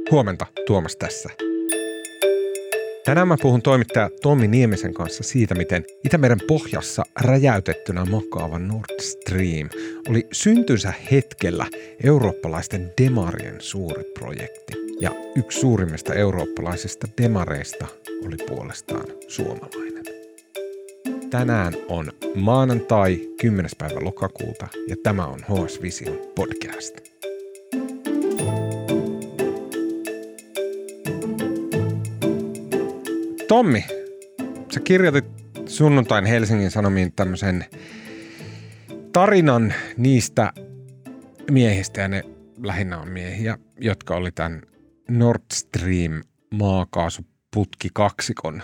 Huomenta, Tuomas tässä. Tänään mä puhun toimittaja Tommi Niemisen kanssa siitä, miten Itämeren pohjassa räjäytettynä makaava Nord Stream oli syntynsä hetkellä eurooppalaisten demarien suuri projekti. Ja yksi suurimmista eurooppalaisista demareista oli puolestaan suomalainen. Tänään on maanantai 10. päivä lokakuuta ja tämä on HS Vision podcast. Tommi, sä kirjoitit sunnuntain Helsingin Sanomiin tämmöisen tarinan niistä miehistä, ja ne lähinnä on miehiä, jotka oli tämän Nord Stream maakaasuputki kaksikon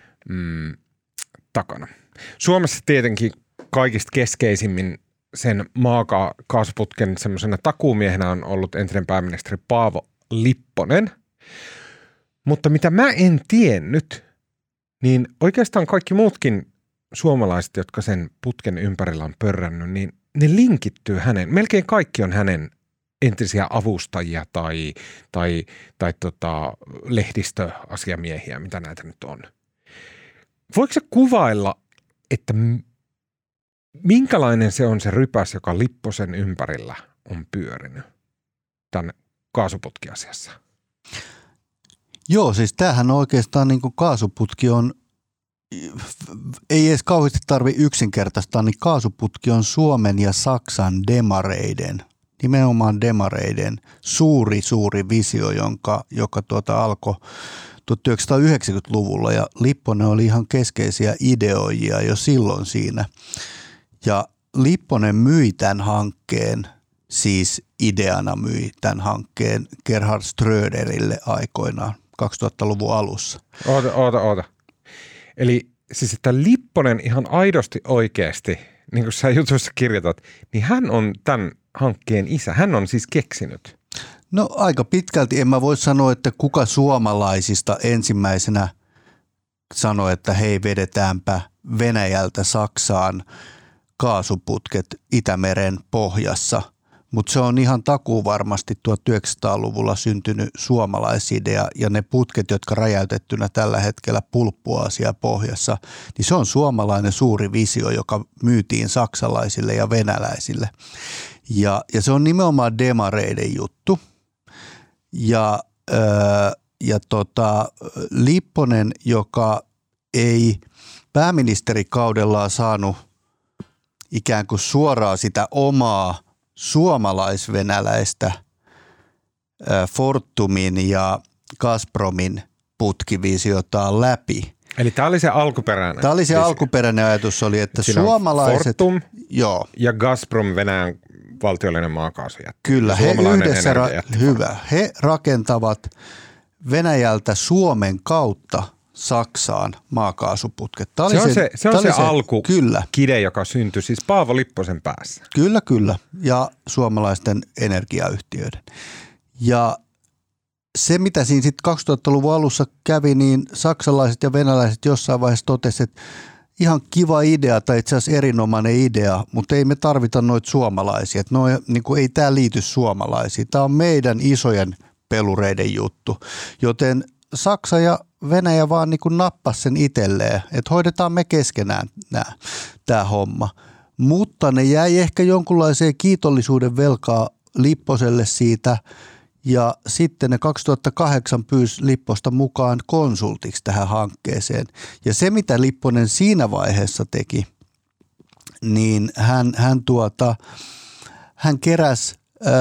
takana. Suomessa tietenkin kaikista keskeisimmin sen maakaasuputken semmoisena takuumiehenä on ollut entinen pääministeri Paavo Lipponen. Mutta mitä mä en tiennyt, niin oikeastaan kaikki muutkin suomalaiset, jotka sen putken ympärillä on pörrännyt, niin ne linkittyy hänen. Melkein kaikki on hänen entisiä avustajia tai lehdistöasiamiehiä, mitä näitä nyt on. Voiko sä kuvailla, että minkälainen se on se rypäs, joka Lipposen ympärillä on pyörinyt tämän kaasuputkiasiassa? Joo, siis tämähän oikeastaan niin kuin kaasuputki on, ei edes kauheasti tarvitse yksinkertaistaa, niin kaasuputki on Suomen ja Saksan demareiden, nimenomaan demareiden suuri visio, joka alkoi 1990-luvulla ja Lipponen oli ihan keskeisiä ideoijia jo silloin siinä. Ja Lipponen myi tämän hankkeen, siis ideana myi tämän hankkeen Gerhard Schröderille aikoinaan 2000-luvun alussa. Oota. Eli siis että Lipponen ihan aidosti oikeasti, niin kuin sä jutussa kirjoitat, niin hän on tämän hankkeen isä. Hän on siis keksinyt. No aika pitkälti en mä voi sanoa, että kuka suomalaisista ensimmäisenä sanoi, että hei vedetäänpä Venäjältä Saksaan kaasuputket Itämeren pohjassa. Mutta se on ihan takuu varmasti 1900-luvulla syntynyt suomalaisidea ja ne putket, jotka räjäytettynä tällä hetkellä pulppuaa siellä pohjassa, niin se on suomalainen suuri visio, joka myytiin saksalaisille ja venäläisille. Ja se on nimenomaan demareiden juttu. Ja Lipponen, joka ei pääministerikaudellaan saanut ikään kuin suoraan sitä omaa suomalaisvenäläistä Fortumin ja Gazpromin putkivisiota läpi. Eli tämä oli se alkuperäinen. Tämä oli se alkuperäinen ajatus, oli, että siinä suomalaiset Fortum ja Gazprom, Venäjän valtiollinen maakaasujätti. Kyllä, he yhdessä he rakentavat Venäjältä Suomen kautta Saksaan maakaasuputket. Se on se alkukide, joka syntyi siis Paavo Lipposen päässä. Kyllä. Ja suomalaisten energiayhtiöiden. Ja se, mitä siinä sitten 2000-luvun alussa kävi, niin saksalaiset ja venäläiset jossain vaiheessa totesivat, että ihan kiva idea tai itse asiassa erinomainen idea, mutta ei me tarvita noita suomalaisia. Että ei tämä liity suomalaisiin. Tämä on meidän isojen pelureiden juttu, joten Saksa ja Venäjä vaan niin kuin nappasi sen itselleen, että hoidetaan me keskenään tämä homma. Mutta ne jäi ehkä jonkunlaiseen kiitollisuuden velkaa Lipposelle siitä ja sitten ne 2008 pyysi Lipposta mukaan konsultiksi tähän hankkeeseen. Ja se mitä Lipponen siinä vaiheessa teki, niin hän keräsi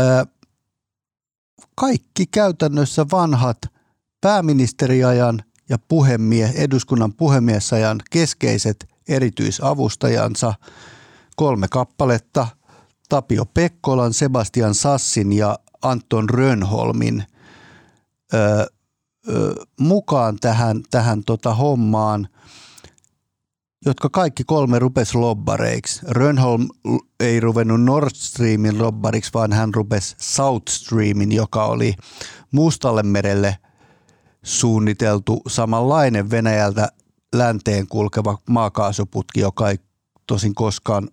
kaikki käytännössä vanhat pääministeriajan ja eduskunnan puhemiesajan keskeiset erityisavustajansa, 3 kappaletta, Tapio Pekkolan, Sebastian Sassin ja Anton Rönnholmin mukaan tähän hommaan, jotka kaikki 3 rupesi lobbareiksi. Rönnholm ei ruvennut Nord Streamin lobbariksi, vaan hän rupesi South Streamin, joka oli Mustallemerelle suunniteltu samanlainen Venäjältä länteen kulkeva maakaasuputki, joka ei tosin koskaan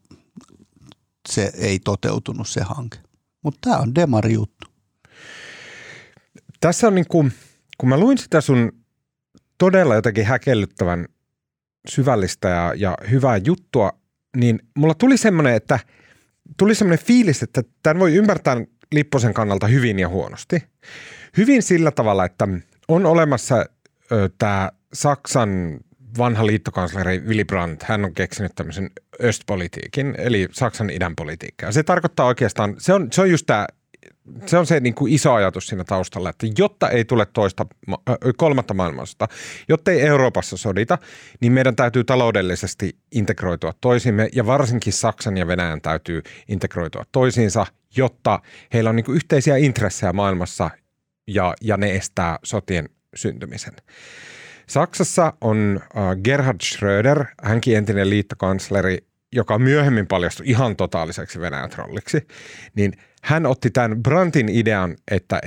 se ei toteutunut se hanke. Mutta tämä on demari juttu. Tässä on niin kuin, kun mä luin sitä sun todella jotenkin häkellyttävän syvällistä ja hyvää juttua, niin mulla tuli semmoinen fiilis, että tämän voi ymmärtää Lipposen kannalta hyvin ja huonosti. Hyvin sillä tavalla, että on olemassa tämä Saksan vanha liittokansleri Willy Brandt. Hän on keksinyt tämmöisen Östpolitiikin, eli Saksan idänpolitiikkaa. Se tarkoittaa oikeastaan, se on just tämä, se on se niin kuin iso ajatus siinä taustalla, että jotta ei tule kolmatta maailmansota, jotta ei Euroopassa sodita, niin meidän täytyy taloudellisesti integroitua toisiimme ja varsinkin Saksan ja Venäjän täytyy integroitua toisiinsa, jotta heillä on niin kuin yhteisiä intressejä maailmassa ja ne estää sotien syntymisen. Saksassa on Gerhard Schröder, hänkin entinen liittokansleri, joka myöhemmin paljastui ihan totaaliseksi Venäjä-trolliksi, niin hän otti tämän Brandtin idean, että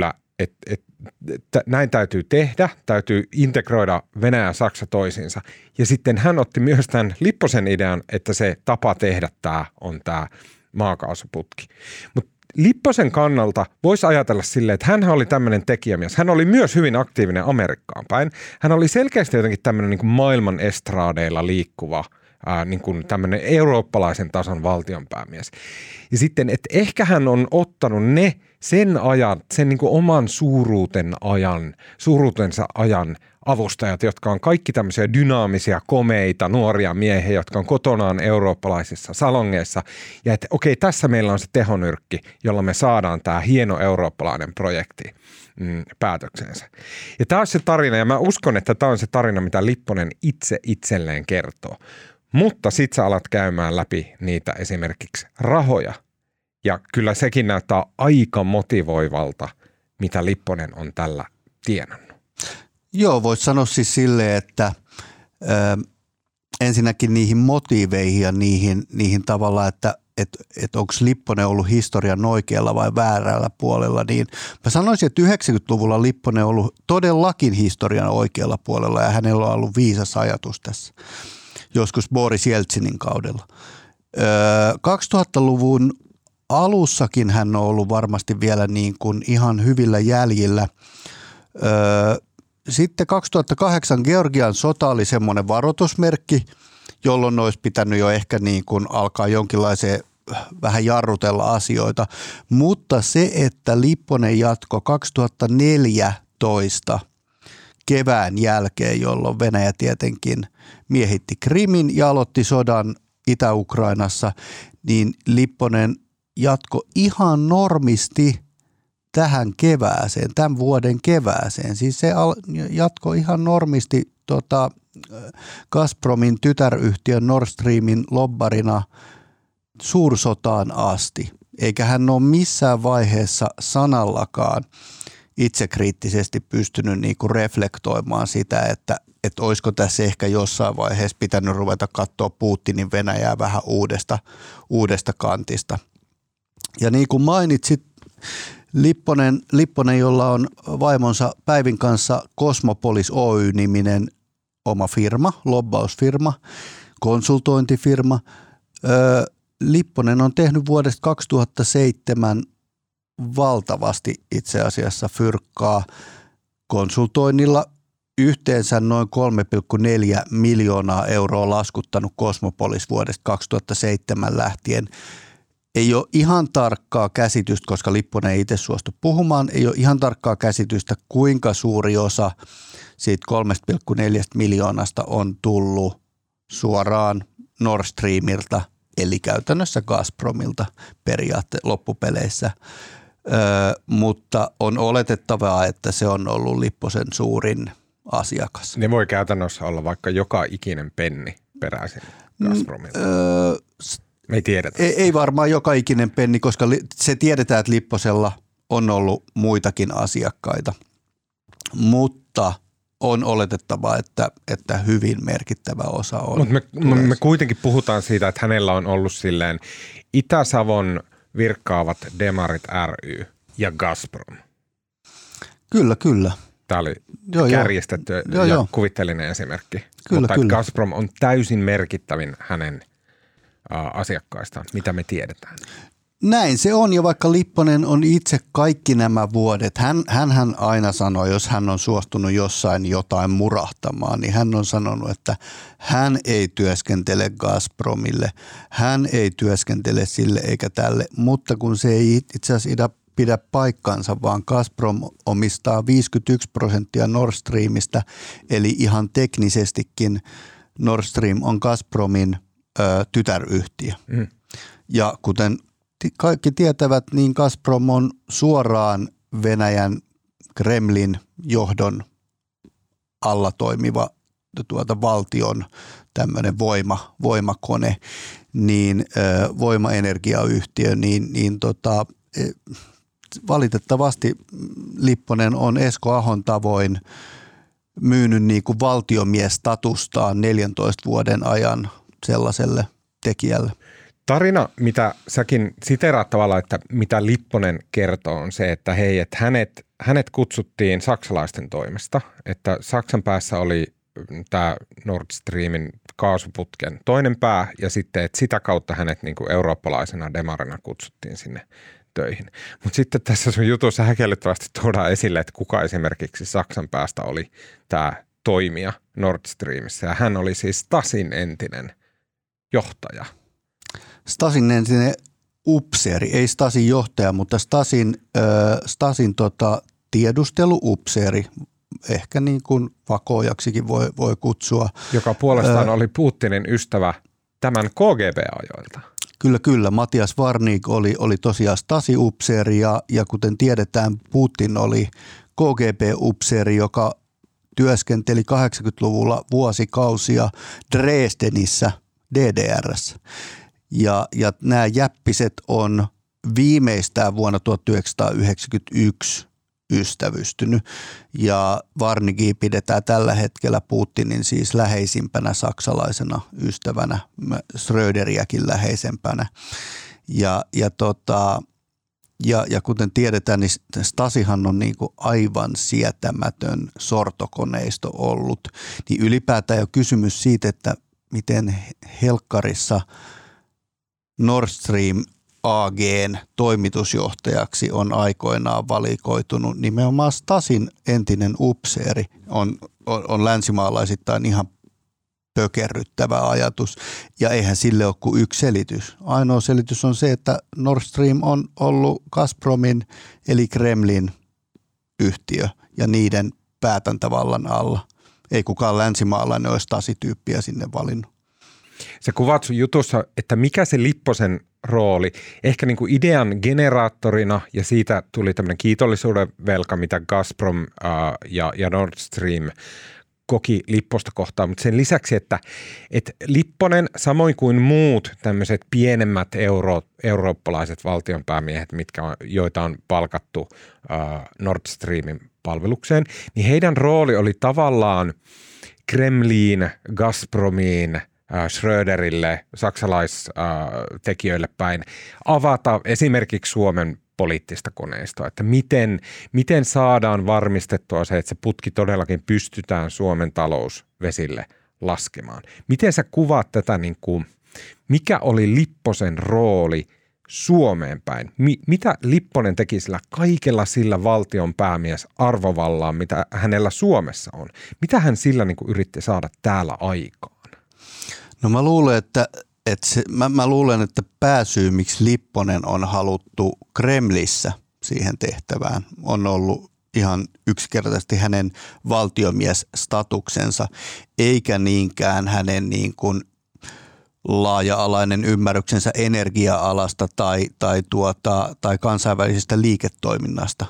näin täytyy tehdä, täytyy integroida Venäjä ja Saksa toisiinsa. Ja sitten hän otti myös tämän Lipposen idean, että se tapa tehdä tämä on tämä maakaasuputki. Mutta Lipposen kannalta voisi ajatella silleen, että hän oli tämmöinen tekijämies. Hän oli myös hyvin aktiivinen Amerikkaan päin. Hän oli selkeästi jotenkin tämmöinen niin kuin maailman estraadeilla liikkuva niin kuin tämmöinen eurooppalaisen tason valtionpäämies. Ja sitten, että ehkä hän on ottanut sen niin kuin oman suuruutensa ajan avustajat, jotka on kaikki tämmöisiä dynaamisia, komeita, nuoria miehiä, jotka on kotonaan eurooppalaisissa salongeissa. Ja että okei, tässä meillä on se tehonyrkki, jolla me saadaan tämä hieno eurooppalainen projekti päätöksensä. Ja tämä on se tarina, ja mä uskon, että tämä on se tarina, mitä Lipponen itse itselleen kertoo. Mutta sit sä alat käymään läpi niitä esimerkiksi rahoja. Ja kyllä sekin näyttää aika motivoivalta, mitä Lipponen on tällä tienannut. Joo, voisi sanoa siis silleen, että ensinnäkin niihin motiiveihin ja niihin tavallaan, että onko Lipponen ollut historian oikealla vai väärällä puolella, niin mä sanoisin, että 90-luvulla Lipponen on ollut todellakin historian oikealla puolella ja hänellä on ollut viisas ajatus tässä. Joskus Boris Jeltsinin kaudella. 2000-luvun alussakin hän on ollut varmasti vielä niin kuin ihan hyvillä jäljillä. Sitten 2008 Georgian sota oli semmoinen varoitusmerkki, jolloin olisi pitänyt jo ehkä niin kuin alkaa jonkinlaiseen vähän jarrutella asioita. Mutta se, että Lipponen jatkoi 2014 kevään jälkeen, jolloin Venäjä tietenkin miehitti Krimin ja aloitti sodan Itä-Ukrainassa, niin Lipponen jatkoi ihan normisti tähän kevääseen, tämän vuoden kevääseen. Siis se jatkoi ihan normisti Gazpromin tytäryhtiön Nord Streamin lobbarina suursotaan asti. Eikä hän ole missään vaiheessa sanallakaan itsekriittisesti pystynyt niinku reflektoimaan sitä, että olisiko tässä ehkä jossain vaiheessa pitänyt ruveta katsoa Putinin Venäjää vähän uudesta kantista. Ja niin kuin mainitsit, Lipponen, jolla on vaimonsa Päivin kanssa Cosmopolis Oy-niminen oma firma, lobbausfirma, konsultointifirma. Lipponen on tehnyt vuodesta 2007 valtavasti itse asiassa fyrkkaa konsultoinnilla, yhteensä noin 3,4 miljoonaa euroa laskuttanut Cosmopolis vuodesta 2007 lähtien. Ei ole ihan tarkkaa käsitystä, koska Lipponen ei itse suostu puhumaan, ei ole ihan tarkkaa käsitystä, kuinka suuri osa siitä 3,4 miljoonasta on tullut suoraan Nord Streamilta, eli käytännössä Gazpromilta loppupeleissä. Mutta on oletettavaa, että se on ollut Lipposen suurin asiakas. Ne voi käytännössä olla vaikka joka ikinen penni peräisin Gazpromilta. Me ei tiedetä. Ei varmaan joka ikinen penni, koska se tiedetään, että Lipposella on ollut muitakin asiakkaita, mutta on oletettavaa, että hyvin merkittävä osa on. Mutta me kuitenkin puhutaan siitä, että hänellä on ollut silleen Itä-Savon virkkaavat demarit ry ja Gazprom. Kyllä. Tämä oli kärjestetty ja kuvitteellinen esimerkki. Mutta Gazprom on täysin merkittävin hänen asiakkaistaan, mitä me tiedetään. Näin se on, ja vaikka Lipponen on itse kaikki nämä vuodet, hän aina sanoo, jos hän on suostunut jossain jotain murahtamaan, niin hän on sanonut, että hän ei työskentele Gazpromille, hän ei työskentele sille eikä tälle, mutta kun se ei itse asiassa pidä paikkansa, vaan Gazprom omistaa 51% Nord Streamista, eli ihan teknisestikin Nord Stream on Gazpromin tytäryhtiö. Ja kuten kaikki tietävät, niin Gazprom on suoraan Venäjän Kremlin johdon alla toimiva valtion tämmöinen voimakone, niin voimaenergiayhtiö, niin valitettavasti Lipponen on Esko Ahon tavoin myynyt niin kuin valtiomiestatustaan 14 vuoden ajan sellaiselle tekijälle. Tarina, mitä säkin siteraat tavallaan, että mitä Lipponen kertoo, on se, että hei, että hänet kutsuttiin saksalaisten toimesta, että Saksan päässä oli tämä Nord Streamin kaasuputken toinen pää ja sitten, että sitä kautta hänet niin kuin eurooppalaisena demarina kutsuttiin sinne töihin. Mutta sitten tässä sun jutussa häkellyttävästi tuodaan esille, että kuka esimerkiksi Saksan päästä oli tämä toimija Nord Streamissa ja hän oli siis Stasin entinen johtaja. Stasin entinen upseeri, ei Stasin johtaja, mutta Stasin tiedusteluupseeri, ehkä niin kuin vakojaksikin voi kutsua. Joka puolestaan oli Putinin ystävä tämän KGB-ajoilta. Kyllä. Matias Warnig oli tosiaan Stasi-upseeri ja kuten tiedetään, Putin oli KGB-upseeri, joka työskenteli 80-luvulla vuosikausia Dresdenissä, DDR:ssä. Ja nämä jäppiset on viimeistään vuonna 1991 ystävystynyt ja Warnigia pidetään tällä hetkellä Putinin siis läheisimpänä saksalaisena ystävänä, Schröderiäkin läheisempänä. Ja kuten tiedetään, niin Stasihan on niin kuin aivan sietämätön sortokoneisto ollut. Niin ylipäätään jo kysymys siitä, että miten helkkarissa Nord Stream AG:n toimitusjohtajaksi on aikoinaan valikoitunut nimenomaan Stasin entinen upseeri, on länsimaalaisittain ihan pökerryttävä ajatus ja eihän sille ole kuin yksi selitys. Ainoa selitys on se, että Nord Stream on ollut Gazpromin eli Kremlin yhtiö ja niiden päätäntävallan alla. Ei kukaan länsimaalainen ole Stasi-tyyppiä sinne valinnut. Sä kuvaat sun jutussa, että mikä se Lipposen rooli, ehkä niin kuin idean generaattorina ja siitä tuli tämmöinen kiitollisuuden velka, mitä Gazprom ja Nord Stream koki Lipposta kohtaan, mutta sen lisäksi, että Lipponen samoin kuin muut tämmöiset pienemmät eurooppalaiset valtionpäämiehet, joita on palkattu Nord Streamin palvelukseen, niin heidän rooli oli tavallaan Kremliin, Gazpromiin, Schröderille, saksalaistekijöille päin avata esimerkiksi Suomen poliittista koneistoa, että miten saadaan varmistettua se, että se putki todellakin pystytään Suomen talousvesille laskemaan. Miten sä kuvaat tätä, niin kuin, mikä oli Lipposen rooli Suomeen päin? Mitä Lipponen teki kaikella sillä valtion päämies arvovallaan, mitä hänellä Suomessa on? Mitä hän sillä niin kuin yritti saada täällä aikaan? No mä luulen, että pääsyy, miksi Lipponen on haluttu Kremlissä siihen tehtävään, on ollut ihan yksinkertaisesti hänen valtiomiesstatuksensa, eikä niinkään hänen niin kuin laaja-alainen ymmärryksensä energia-alasta tai kansainvälisestä liiketoiminnasta.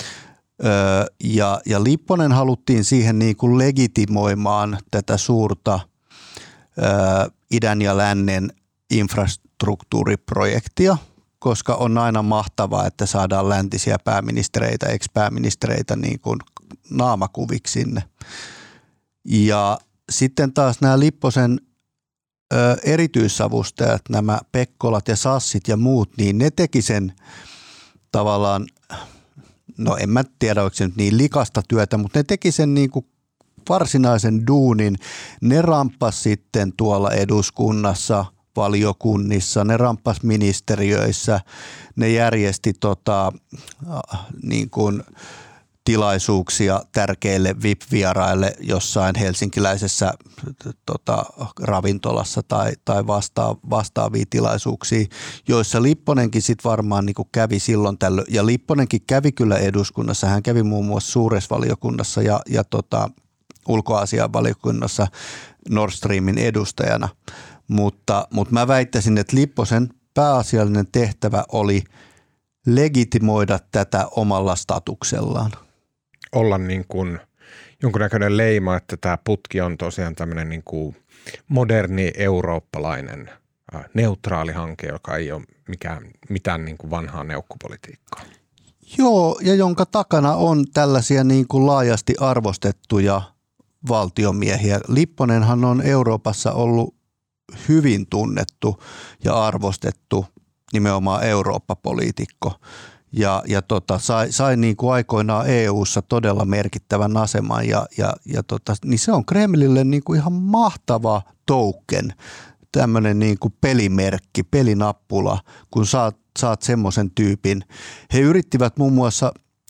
Ja Lipponen haluttiin siihen niin kuin legitimoimaan tätä suurta idän ja lännen infrastruktuuriprojektia, koska on aina mahtavaa, että saadaan läntisiä pääministereitä, ex-pääministereitä niin kuin naamakuviksi sinne. Ja sitten taas nämä Lipposen erityissavustajat, nämä Pekkolat ja Sassit ja muut, niin ne teki sen tavallaan, no en mä tiedä, onko se nyt niin likasta työtä, mutta ne teki sen niin kuin varsinaisen duunin. Ne ramppas sitten tuolla eduskunnassa valiokunnissa, ne ramppas ministeriöissä, ne järjesti niin kuin tilaisuuksia tärkeille VIP-vieraille jossain helsinkiläisessä ravintolassa tai vastaavia tilaisuuksia, joissa Lipponenkin sitten varmaan niin kuin kävi silloin tällöin. Ja Lipponenkin kävi kyllä eduskunnassa, hän kävi muun muassa suuressa valiokunnassa ja ulkoasiainvaliokunnassa Nord Streamin edustajana. Mutta mä väittäisin, että Lipposen pääasiallinen tehtävä oli legitimoida tätä omalla statuksellaan. Olla niin kuin jonkunnäköinen leima, että tämä putki on tosiaan tämmöinen niin kuin moderni eurooppalainen neutraali hanke, joka ei ole mitään niin kuin vanhaa neukkupolitiikkaa. Joo, ja jonka takana on tällaisia niin kuin laajasti arvostettuja valtiomiehiä. Lipponenhan on Euroopassa ollut hyvin tunnettu ja arvostettu nimenomaan Eurooppa-poliitikko. Ja sai niin kuin aikoinaan EU:ssa todella merkittävän aseman niin se on Kremlille niin kuin ihan mahtava token, tämmöinen niin kuin pelimerkki, pelinappula, kun saat semmoisen tyypin. He yrittivät muun muassa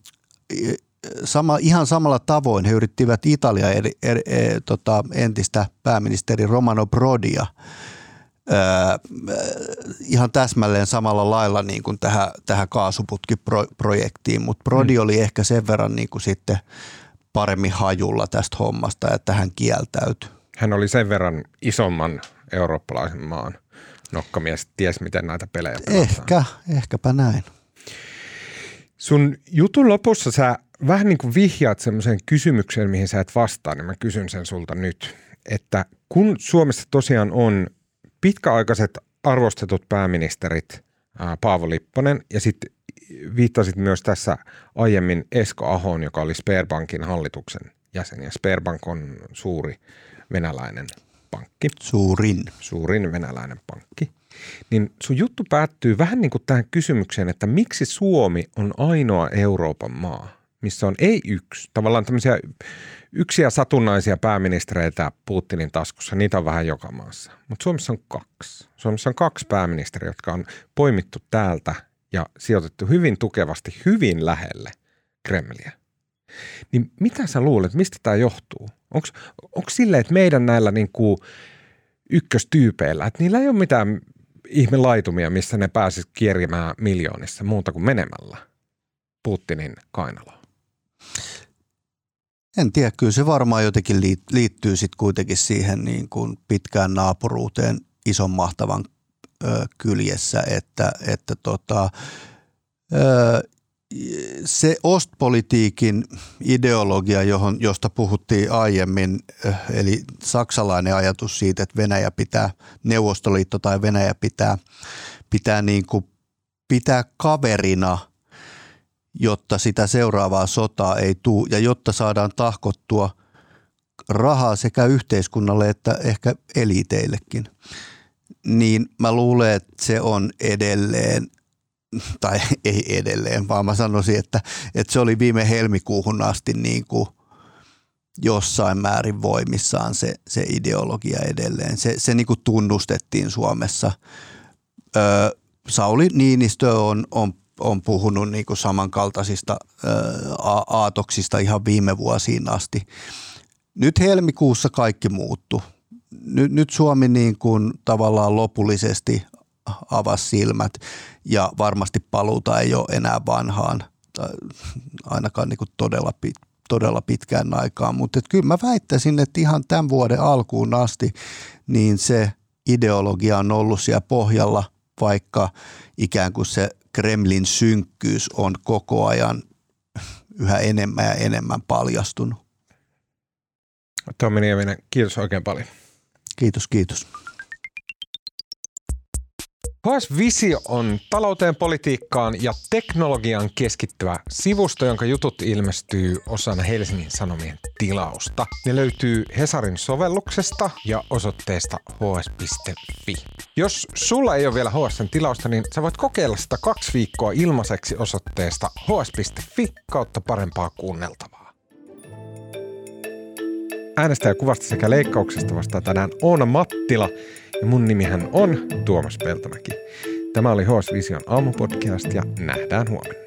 ihan samalla tavoin, he yrittivät Italian entistä pääministeri Romano Prodia ihan täsmälleen samalla lailla niin kuin tähän kaasuputkiprojektiin, mutta Prodi oli ehkä sen verran niin kuin sitten paremmin hajulla tästä hommasta, että hän kieltäytyi. Hän oli sen verran isomman eurooppalaisen maan nokkamies, ties miten näitä pelejä pelataan. Ehkäpä näin. Sun jutun lopussa sä vähän niin kuin vihjaat semmoiseen kysymykseen, mihin sä et vastaa, niin mä kysyn sen sulta nyt, että kun Suomessa tosiaan on pitkäaikaiset arvostetut pääministerit Paavo Lipponen ja sitten viittasit myös tässä aiemmin Esko Ahoon, joka oli Sberbankin hallituksen jäsen ja Sberbank on suuri venäläinen pankki. Suurin venäläinen pankki. Niin sun juttu päättyy vähän niin kuin tähän kysymykseen, että miksi Suomi on ainoa Euroopan maa, missä on ei yksi, tavallaan tämmöisiä yksiä satunnaisia pääministereitä Putinin taskussa, niitä on vähän joka maassa. Mutta Suomessa on kaksi. Suomessa on kaksi pääministeriä, jotka on poimittu täältä ja sijoitettu hyvin tukevasti, hyvin lähelle Kremliä. Niin mitä sä luulet, mistä tämä johtuu? Onko silleen, että meidän näillä niinku ykköstyypeillä, että niillä ei ole mitään ihme laitumia, missä ne pääsisi kierimään miljoonissa muuta kuin menemällä Putinin kainaloon? En tiedä, kyllä se varmaan jotenkin liittyy sitten kuitenkin siihen niin kuin pitkään naapuruuteen ison mahtavan kyljessä, että se ostpolitiikin ideologia, josta puhuttiin aiemmin, eli saksalainen ajatus siitä, että Neuvostoliitto tai Venäjä pitää niin kuin pitää kaverina, jotta sitä seuraavaa sotaa ei tule ja jotta saadaan tahkottua rahaa sekä yhteiskunnalle että ehkä eliiteillekin, niin mä luulen, että se on edelleen, tai ei edelleen, vaan mä sanoisin, että se oli viime helmikuuhun asti niin kuin jossain määrin voimissaan se ideologia edelleen. Se niin kuin tunnustettiin Suomessa. Sauli Niinistö on puhunut niin kuin samankaltaisista aatoksista ihan viime vuosiin asti. Nyt helmikuussa kaikki muuttui. Nyt Suomi niin kuin tavallaan lopullisesti avasi silmät ja varmasti paluuta ei ole enää vanhaan, ainakaan niin kuin todella pitkään aikaan. Mutta kyllä mä väittäisin, että ihan tämän vuoden alkuun asti niin se ideologia on ollut siellä pohjalla, vaikka ikään kuin se Kremlin synkkyys on koko ajan yhä enemmän ja enemmän paljastunut. Tommi Nieminen, kiitos oikein paljon. Kiitos. HS Visio on talouteen, politiikkaan ja teknologiaan keskittyvä sivusto, jonka jutut ilmestyy osana Helsingin Sanomien tilausta. Ne löytyy Hesarin sovelluksesta ja osoitteesta hs.fi. Jos sulla ei ole vielä HS:n tilausta, niin sä voit kokeilla sitä 2 viikkoa ilmaiseksi osoitteesta hs.fi/parempaa kuunneltavaa. Äänestäjäkuvasta sekä leikkauksesta vastaa tänään Oona Mattila Ja mun nimihän on Tuomas Peltomäki. Tämä oli HS Vision aamupodcast ja nähdään huomenna.